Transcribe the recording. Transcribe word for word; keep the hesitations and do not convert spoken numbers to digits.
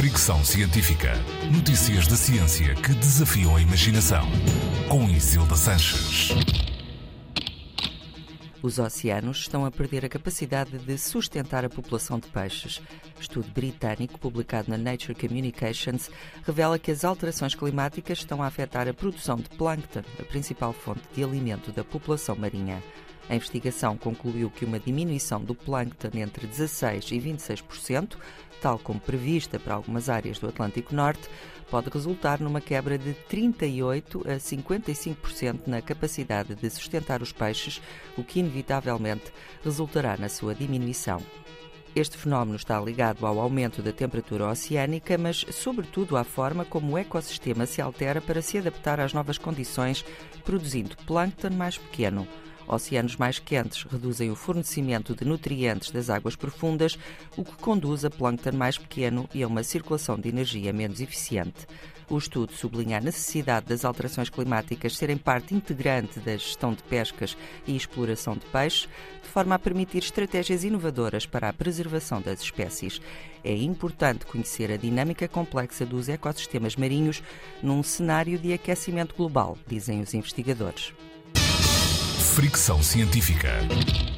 Fricção Científica. Notícias da ciência que desafiam a imaginação. Com Isilda Sanches. Os oceanos estão a perder a capacidade de sustentar a população de peixes. Estudo britânico publicado na Nature Communications revela que as alterações climáticas estão a afetar a produção de plâncton, a principal fonte de alimento da população marinha. A investigação concluiu que uma diminuição do plâncton entre dezasseis por cento e vinte e seis por cento, tal como prevista para algumas áreas do Atlântico Norte, pode resultar numa quebra de trinta e oito a cinquenta e cinco por cento na capacidade de sustentar os peixes, o que inevitavelmente resultará na sua diminuição. Este fenómeno está ligado ao aumento da temperatura oceânica, mas sobretudo à forma como o ecossistema se altera para se adaptar às novas condições, produzindo plâncton mais pequeno. Oceanos mais quentes reduzem o fornecimento de nutrientes das águas profundas, o que conduz a plâncton mais pequeno e a uma circulação de energia menos eficiente. O estudo sublinha a necessidade das alterações climáticas serem parte integrante da gestão de pescas e exploração de peixes, de forma a permitir estratégias inovadoras para a preservação das espécies. É importante conhecer a dinâmica complexa dos ecossistemas marinhos num cenário de aquecimento global, dizem os investigadores. Fricção Científica.